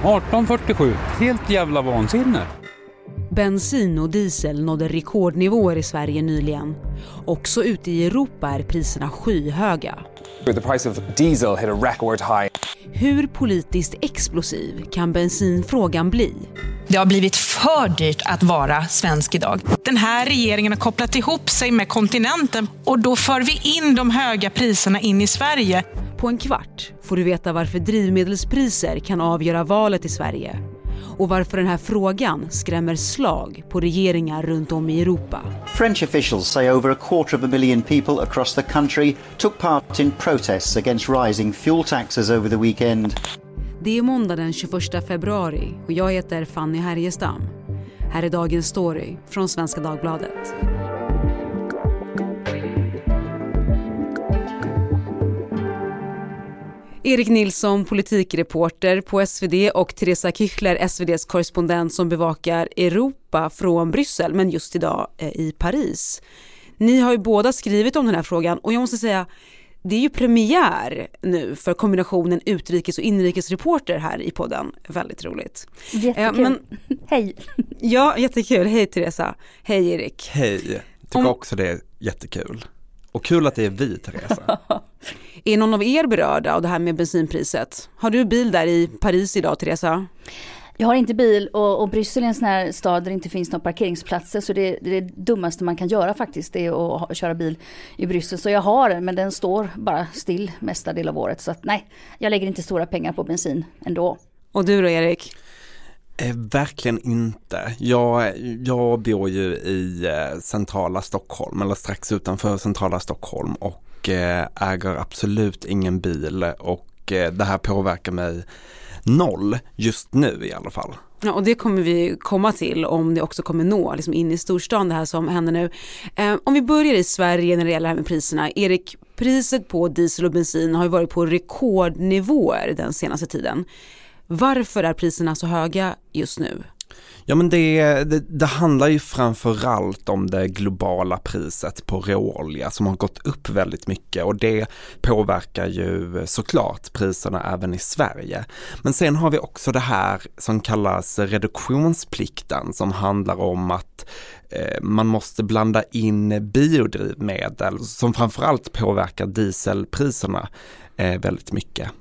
18,47. Helt jävla vansinne. Bensin och diesel nådde rekordnivåer i Sverige nyligen. Också ute i Europa är priserna skyhöga. The price of diesel hit a record high. Hur politiskt explosiv kan bensinfrågan bli? Det har blivit för dyrt att vara svensk idag. Den här regeringen har kopplat ihop sig med kontinenten och då för vi in de höga priserna in i Sverige. På en kvart får du veta varför drivmedelspriser kan avgöra valet i Sverige. Och varför den här frågan skrämmer slag på regeringar runt om i Europa. French officials say over 250,000 people across the country took part in protests against rising fuel taxes over the weekend. Det är måndag den 21 februari och jag heter Fanny Härjestam. Här är dagens story från Svenska Dagbladet. Erik Nilsson, politikreporter på SvD, och Teresa Küchler, SvDs korrespondent som bevakar Europa från Bryssel, men just idag i Paris. Ni har ju båda skrivit om den här frågan och jag måste säga, det är ju premiär nu för kombinationen utrikes- och inrikesreporter här i podden. Väldigt roligt. Jättekul. Hej. Ja, jättekul. Hej Teresa. Hej Erik. Hej. Jag tycker också det är jättekul. Och kul att det är vi, Teresa. Är någon av er berörda av det här med bensinpriset? Har du bil där i Paris idag, Teresa? Jag har inte bil och Bryssel är en sån här stad där det inte finns några parkeringsplatser, så det dummaste man kan göra faktiskt är att köra bil i Bryssel. Så jag har den, men den står bara still mesta del av året. Så att, nej, jag lägger inte stora pengar på bensin ändå. Och du då, Erik? Verkligen inte. Jag bor ju i centrala Stockholm, eller strax utanför centrala Stockholm, och äger absolut ingen bil, och det här påverkar mig noll just nu i alla fall. Ja, och det kommer vi komma till om det också kommer nå liksom in i storstan, det här som händer nu. Om vi börjar i Sverige när det gäller det här med priserna. Erik, priset på diesel och bensin har ju varit på rekordnivåer den senaste tiden. Varför är priserna så höga just nu? Ja, men det handlar ju framförallt om det globala priset på råolja som har gått upp väldigt mycket, och det påverkar ju såklart priserna även i Sverige. Men sen har vi också det här som kallas reduktionsplikten, som handlar om att man måste blanda in biodrivmedel som framförallt påverkar dieselpriserna väldigt mycket.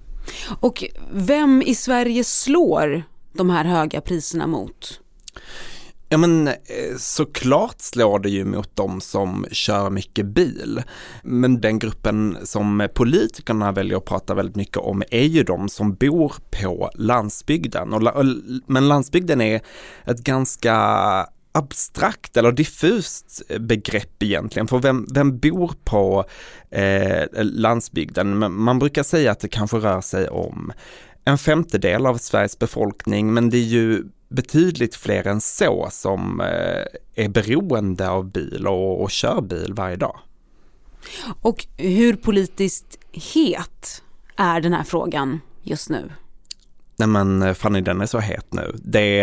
Och vem i Sverige slår de här höga priserna mot? Ja, men såklart slår det ju mot de som kör mycket bil. Men den gruppen som politikerna väljer att prata väldigt mycket om är ju de som bor på landsbygden. Men landsbygden är ett ganska abstrakt eller diffust begrepp egentligen. För vem bor på landsbygden? Man brukar säga att det kanske rör sig om 1/5 av Sveriges befolkning, men det är ju betydligt fler än så som är beroende av bil och kör bil varje dag. Och hur politiskt het är den här frågan just nu? Nej, men Fanny, den är så het nu.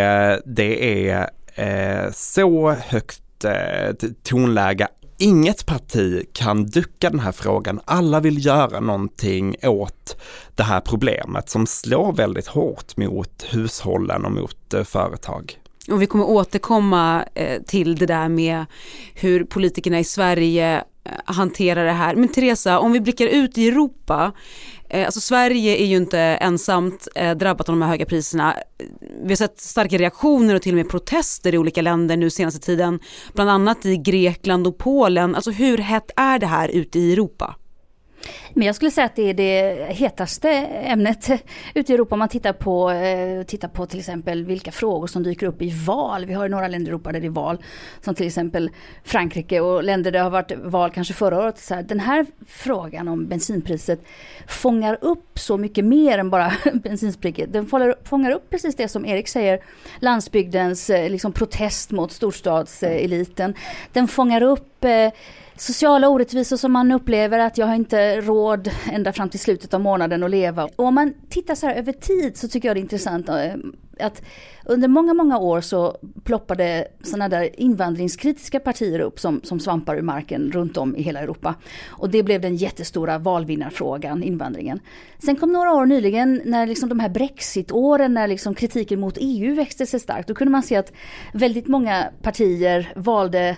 Det är så högt tonläge. Inget parti kan ducka den här frågan. Alla vill göra någonting åt det här problemet som slår väldigt hårt mot hushållen och mot företag. Och vi kommer återkomma till det där med hur politikerna i Sverige hanterar det här. Men Teresa, om vi blickar ut i Europa, alltså Sverige är ju inte ensamt drabbat av de här höga priserna. Vi har sett starka reaktioner och till och med protester i olika länder nu senaste tiden, bland annat i Grekland och Polen. Alltså hur hett är det här ute i Europa? Men jag skulle säga att det är det hetaste ämnet ute i Europa. Om man tittar på till exempel vilka frågor som dyker upp i val. Vi har ju några länder i Europa där det är val, som till exempel Frankrike, och länder där det har varit val kanske förra året. Så här, den här frågan om bensinpriset fångar upp så mycket mer än bara bensinpriset. Den fångar upp precis det som Erik säger, landsbygdens liksom protest mot storstadseliten. Den fångar upp sociala orättvisor som man upplever, att jag har inte råd ända fram till slutet av månaden att leva. Och om man tittar så här över tid så tycker jag det är intressant att under många år så ploppade sådana där invandringskritiska partier upp som svampar ur marken runt om i hela Europa. Och det blev den jättestora valvinnarfrågan, invandringen. Sen kom några år nyligen när liksom de här Brexit-åren, när liksom kritiken mot EU växte sig starkt. Då kunde man se att väldigt många partier valde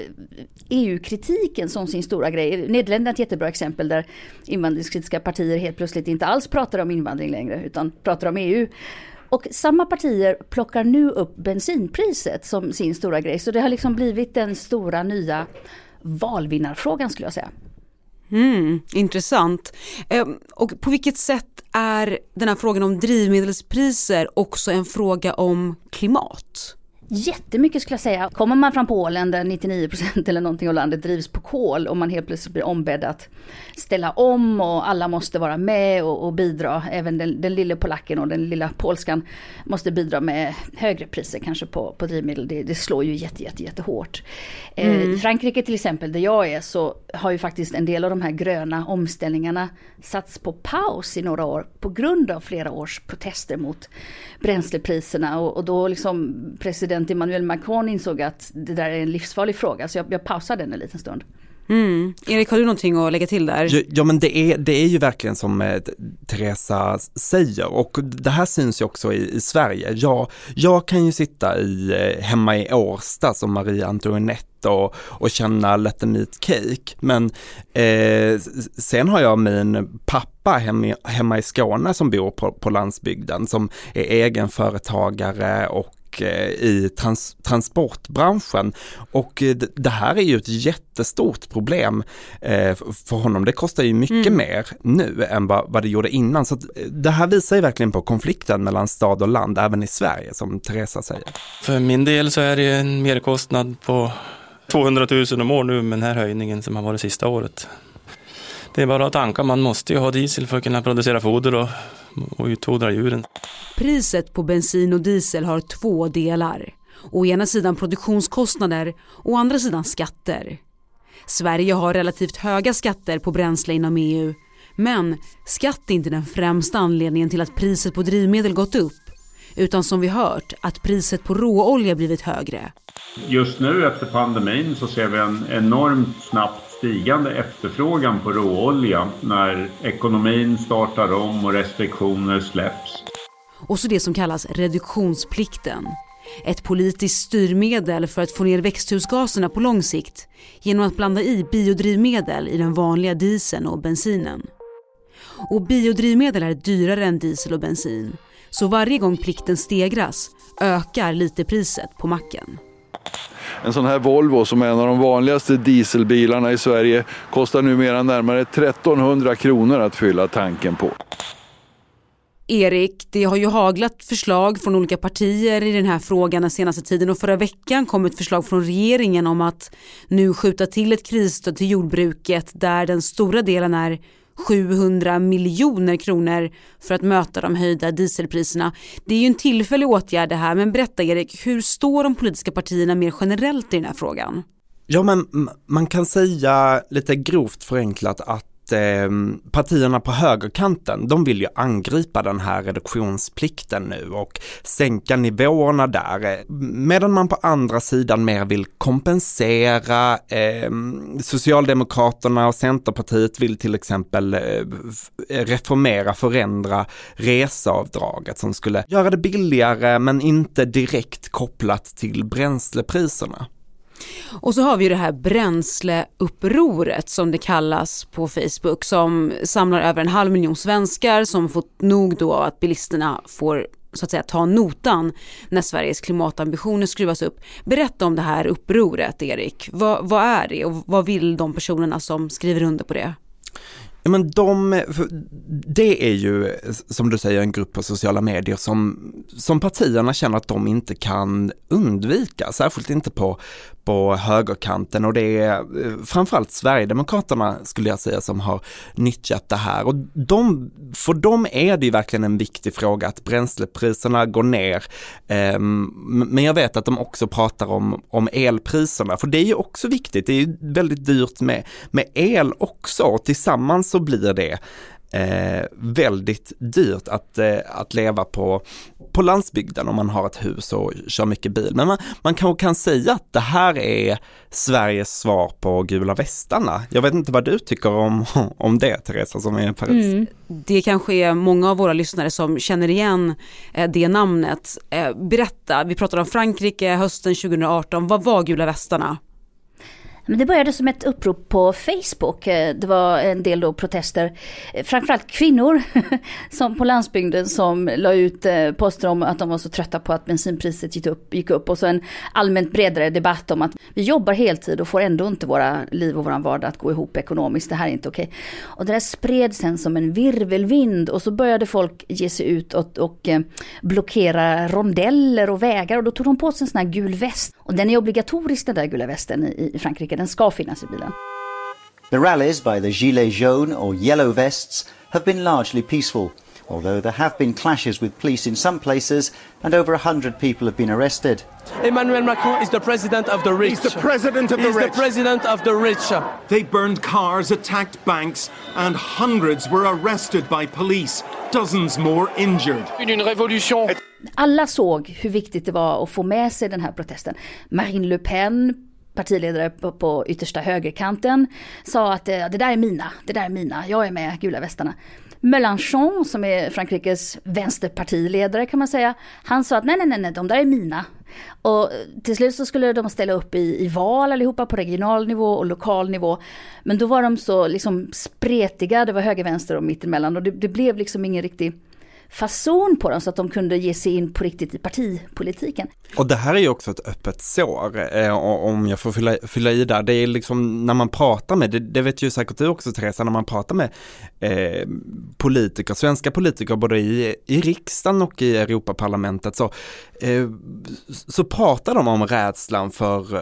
EU-kritiken som sin stora grej. Nederländerna är ett jättebra exempel där invandringskritiska partier helt plötsligt inte alls pratar om invandring längre utan pratar om EU. Och samma partier plockar nu upp bensinpriset som sin stora grej. Så det har liksom blivit den stora nya valvinnarfrågan skulle jag säga. Intressant. Och på vilket sätt är den här frågan om drivmedelspriser också en fråga om klimat? Jättemycket skulle jag säga. Kommer man från Polen där 99% eller någonting av landet drivs på kol och man helt plötsligt blir ombedd att ställa om och alla måste vara med och bidra. Även den lilla polacken och den lilla polskan måste bidra med högre priser kanske på drivmedel. Det slår ju jättehårt. I Frankrike till exempel där jag är så har ju faktiskt en del av de här gröna omställningarna satts på paus i några år på grund av flera års protester mot bränslepriserna och då liksom president Emmanuel Macron insåg att det där är en livsfarlig fråga så jag pausade den en liten stund. Erik, har du någonting att lägga till där? Ja men det är ju verkligen som Teresa säger och det här syns ju också i Sverige. Jag kan ju sitta hemma i Årsta som Marie Antoinette och känna let them eat cake. Men sen har jag min pappa hemma i Skåne som bor på landsbygden som är egenföretagare och i transportbranschen och det här är ju ett jättestort problem för honom. Det kostar ju mycket mer nu än vad det gjorde innan. Så det här visar ju verkligen på konflikten mellan stad och land även i Sverige som Teresa säger. För min del så är det en merkostnad på 200 000 om år nu med den här höjningen som har varit sista året. Det är bara att tanka, man måste ju ha diesel för att kunna producera foder och utfodra djuren. Priset på bensin och diesel har två delar. Å ena sidan produktionskostnader och å andra sidan skatter. Sverige har relativt höga skatter på bränsle inom EU. Men skatt är inte den främsta anledningen till att priset på drivmedel gått upp. Utan som vi hört att priset på råolja blivit högre. Just nu efter pandemin så ser vi en enormt snabbt stigande efterfrågan på råolja när ekonomin startar om och restriktioner släpps. Och så det som kallas reduktionsplikten. Ett politiskt styrmedel för att få ner växthusgaserna på lång sikt genom att blanda i biodrivmedel i den vanliga dieseln och bensinen. Och biodrivmedel är dyrare än diesel och bensin. Så varje gång plikten stegras ökar lite priset på macken. En sån här Volvo som är en av de vanligaste dieselbilarna i Sverige kostar numera närmare 1300 kronor att fylla tanken på. Erik, det har ju haglat förslag från olika partier i den här frågan den senaste tiden och förra veckan kom ett förslag från regeringen om att nu skjuta till ett krisstöd till jordbruket där den stora delen är 700 miljoner kronor för att möta de höjda dieselpriserna. Det är ju en tillfällig åtgärd det här, men berätta Erik, hur står de politiska partierna mer generellt i den här frågan? Ja, men man kan säga lite grovt förenklat att partierna på högerkanten, de vill ju angripa den här reduktionsplikten nu och sänka nivåerna där. Medan man på andra sidan mer vill kompensera. Socialdemokraterna och Centerpartiet vill till exempel förändra reseavdraget som skulle göra det billigare men inte direkt kopplat till bränslepriserna. Och så har vi ju det här bränsleupproret som det kallas på Facebook som samlar över 500 000 svenskar som fått nog då att bilisterna får så att säga ta notan när Sveriges klimatambitioner skruvas upp. Berätta om det här upproret, Erik. Vad är det och vad vill de personerna som skriver under på det? Ja, men det är ju som du säger en grupp på sociala medier som partierna känner att de inte kan undvika, särskilt inte på på högerkanten, och det är framförallt Sverigedemokraterna skulle jag säga som har nyttjat det här. Och för dem är det ju verkligen en viktig fråga att bränslepriserna går ner. Men jag vet att de också pratar om elpriserna, för det är ju också viktigt. Det är ju väldigt dyrt med el också, och tillsammans så blir det väldigt dyrt att leva på landsbygden om man har ett hus och kör mycket bil. Men man kan säga att det här är Sveriges svar på gula västarna. Jag vet inte vad du tycker om det, Teresa, som är i Paris. Det kanske är många av våra lyssnare som känner igen det namnet. Berätta, vi pratade om Frankrike hösten 2018. Vad var gula västarna? Men det började som ett upprop på Facebook. Det var en del då protester, framförallt kvinnor som på landsbygden som la ut poster om att de var så trötta på att bensinpriset gick upp, och så en allmänt bredare debatt om att vi jobbar heltid och får ändå inte våra liv och våran vardag att gå ihop ekonomiskt. Det här är inte okej. Och det där spred sen som en virvelvind, och så började folk ge sig ut och blockera rondeller och vägar, och då tog de på sig en sån här gul väst, och den är obligatorisk, den där gula västen i Frankrike. Den ska finnas i bilen. The rallies by the Gilets jaunes or yellow vests have been largely peaceful, although there have been clashes with police in some places and over 100 people have been arrested. Emmanuel Macron is the president of the rich. He's the president of the rich. He's the president of the rich. They burned cars, attacked banks, and hundreds were arrested by police. Dozens more injured. Une révolution. Alla såg hur viktigt det var att få med sig den här protesten. Marine Le Pen, partiledare på yttersta högerkanten, sa att det där är mina, jag är med gula västarna. Mélenchon, som är Frankrikes vänsterpartiledare kan man säga, han sa att nej, de där är mina. Och till slut så skulle de ställa upp i val allihopa på regional nivå och lokal nivå. Men då var de så liksom spretiga, det var höger, vänster och mittemellan, och det blev liksom ingen riktig fason på dem så att de kunde ge sig in på riktigt i partipolitiken. Och det här är ju också ett öppet sår, om jag får fylla i där. Det är liksom när man pratar med, det vet ju säkert du också, Teresa, när man pratar med politiker, svenska politiker både i riksdagen och i Europaparlamentet, så pratar de om rädslan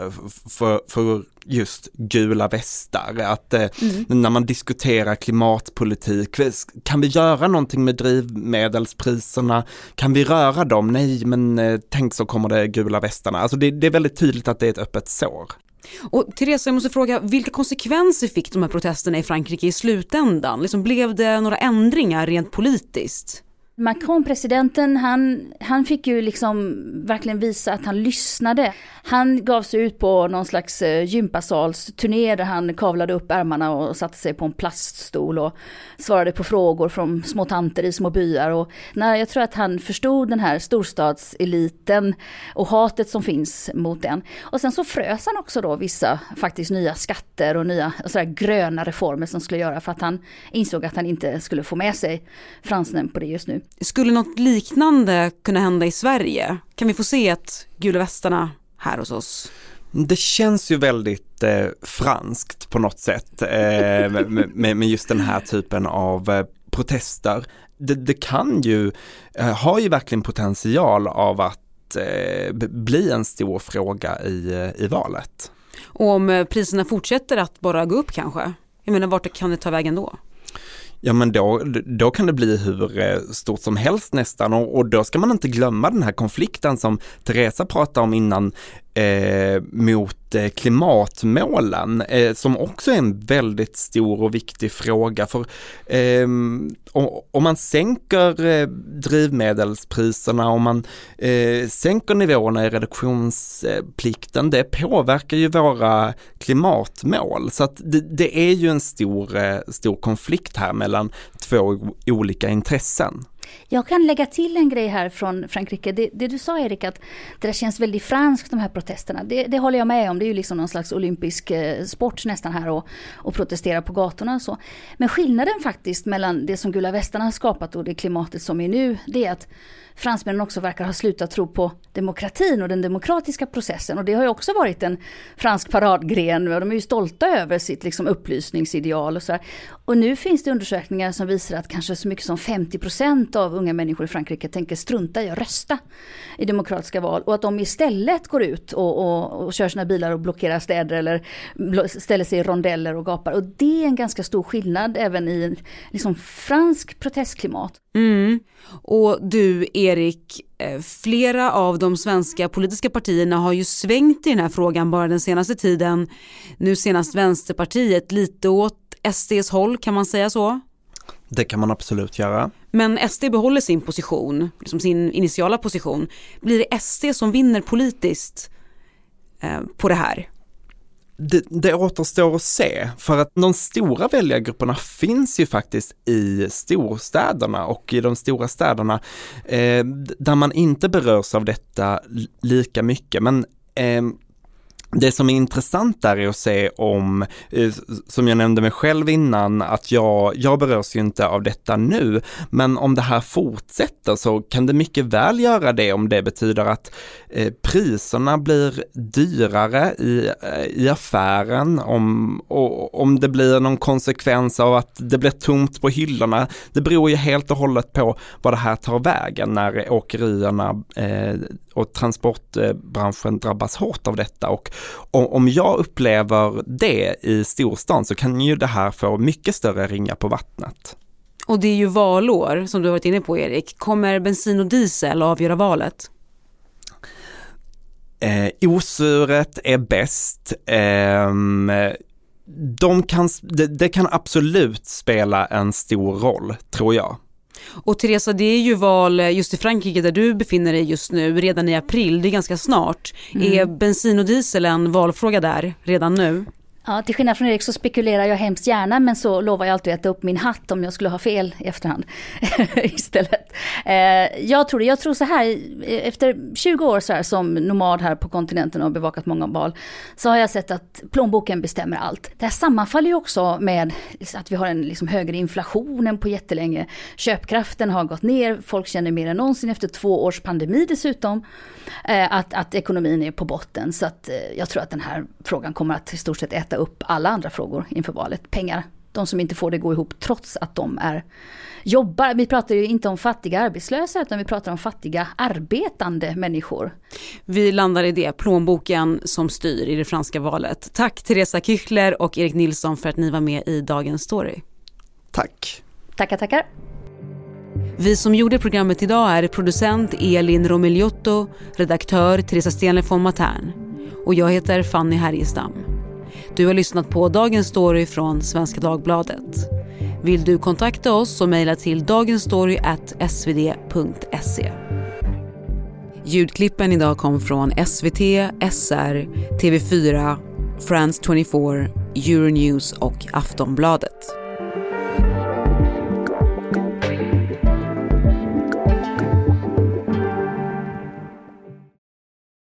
för just gula västar. Att när man diskuterar klimatpolitik, kan vi göra någonting med drivmedelspriserna? Kan vi röra dem? Nej, men tänk så kommer det gula västarna. Alltså det är väldigt tydligt att det är ett öppet sår. Och Teresa, jag måste fråga, vilka konsekvenser fick de här protesterna i Frankrike i slutändan? Liksom, blev det några ändringar rent politiskt? Macron, presidenten, han fick ju liksom verkligen visa att han lyssnade. Han gav sig ut på någon slags gympasalsturné där han kavlade upp ärmarna och satte sig på en plaststol och svarade på frågor från små tanter i små byar. Och jag tror att han förstod den här storstadseliten och hatet som finns mot den. Och sen så frös han också då vissa faktiskt nya skatter och nya sådär gröna reformer som skulle göra, för att han insåg att han inte skulle få med sig fransmännen på det just nu. Skulle något liknande kunna hända i Sverige? Kan vi få se ett gula västarna här hos oss? Det känns ju väldigt franskt på något sätt med just den här typen av protester. Det kan ju, har ju verkligen potential av att bli en stor fråga i valet. Och om priserna fortsätter att bara gå upp kanske? Jag menar, vart kan det ta vägen då? Ja, men då kan det bli hur stort som helst nästan, och då ska man inte glömma den här konflikten som Teresa pratade om innan mot klimatmålen, som också är en väldigt stor och viktig fråga. För om man sänker drivmedelspriserna, om man sänker nivåerna i reduktionsplikten, det påverkar ju våra klimatmål. Så att det är ju en stor konflikt här mellan två olika intressen. Jag kan lägga till en grej här från Frankrike. Det du sa, Erik, att det där känns väldigt franskt, de här protesterna. Det håller jag med om. Det är ju liksom någon slags olympisk sport nästan här och protestera på gatorna och så. Men skillnaden faktiskt mellan det som gula västarna har skapat och det klimatet som är nu, det är att fransmännen också verkar ha slutat tro på demokratin och den demokratiska processen. Och det har ju också varit en fransk paradgren, och de är ju stolta över sitt liksom upplysningsideal och så här. Och nu finns det undersökningar som visar att kanske så mycket som 50% av unga människor i Frankrike tänker strunta i att rösta i demokratiska val. Och att de istället går ut och kör sina bilar och blockerar städer eller ställer sig i rondeller och gapar. Och det är en ganska stor skillnad även i liksom fransk protestklimat. Och du, Erik, flera av de svenska politiska partierna har ju svängt i den här frågan bara den senaste tiden. Nu senast Vänsterpartiet, lite åt SDs håll, kan man säga så? Det kan man absolut göra. Men SD behåller sin position, liksom sin initiala position. Blir det SD som vinner politiskt på det här? Det återstår att se, för att de stora väljargrupperna finns ju faktiskt i storstäderna och i de stora städerna där man inte berörs av detta lika mycket. Men det som är intressant där är att se om, som jag nämnde mig själv innan, att jag berörs ju inte av detta nu, men om det här fortsätter så kan det mycket väl göra det, om det betyder att priserna blir dyrare i affären, om det blir någon konsekvens av att det blir tomt på hyllorna. Det beror ju helt och hållet på vad det här tar vägen när åkerierna och transportbranschen drabbas hårt av detta. Och om jag upplever det i storstan så kan ju det här få mycket större ringar på vattnet. Och det är ju valår som du har varit inne på, Erik. Kommer bensin och diesel avgöra valet? Osuret är bäst. Det kan absolut spela en stor roll, tror jag. Och Teresa, det är ju val just i Frankrike där du befinner dig just nu, redan i april, det är ganska snart. Är bensin och diesel en valfråga där redan nu? Ja, till skillnad från Erik så spekulerar jag hemskt gärna, men så lovar jag alltid att äta upp min hatt om jag skulle ha fel i efterhand istället. Jag tror så här, efter 20 år så här, som nomad här på kontinenten och bevakat många val, så har jag sett att plånboken bestämmer allt. Det här sammanfaller ju också med att vi har en liksom högre inflation än på jättelänge. Köpkraften har gått ner, folk känner mer än någonsin efter 2 års pandemi dessutom att ekonomin är på botten. Så att jag tror att den här frågan kommer att i stort sett äta upp alla andra frågor inför valet. Pengar, de som inte får det gå ihop trots att de jobbar. Vi pratar ju inte om fattiga arbetslösa utan vi pratar om fattiga arbetande människor. Vi landar i det, plånboken som styr i det franska valet. Tack Teresa Küchler och Erik Nilsson för att ni var med i Dagens Story. Tack. Tackar. Vi som gjorde programmet idag är producent Elin Romeliotto, redaktör Teresa Stenle von Matern och jag heter Fanny Härgestam. Du har lyssnat på Dagens Story från Svenska Dagbladet. Vill du kontakta oss så mejla till dagensstory@svd.se. Ljudklippen idag kom från SVT, SR, TV4, France 24, Euronews och Aftonbladet.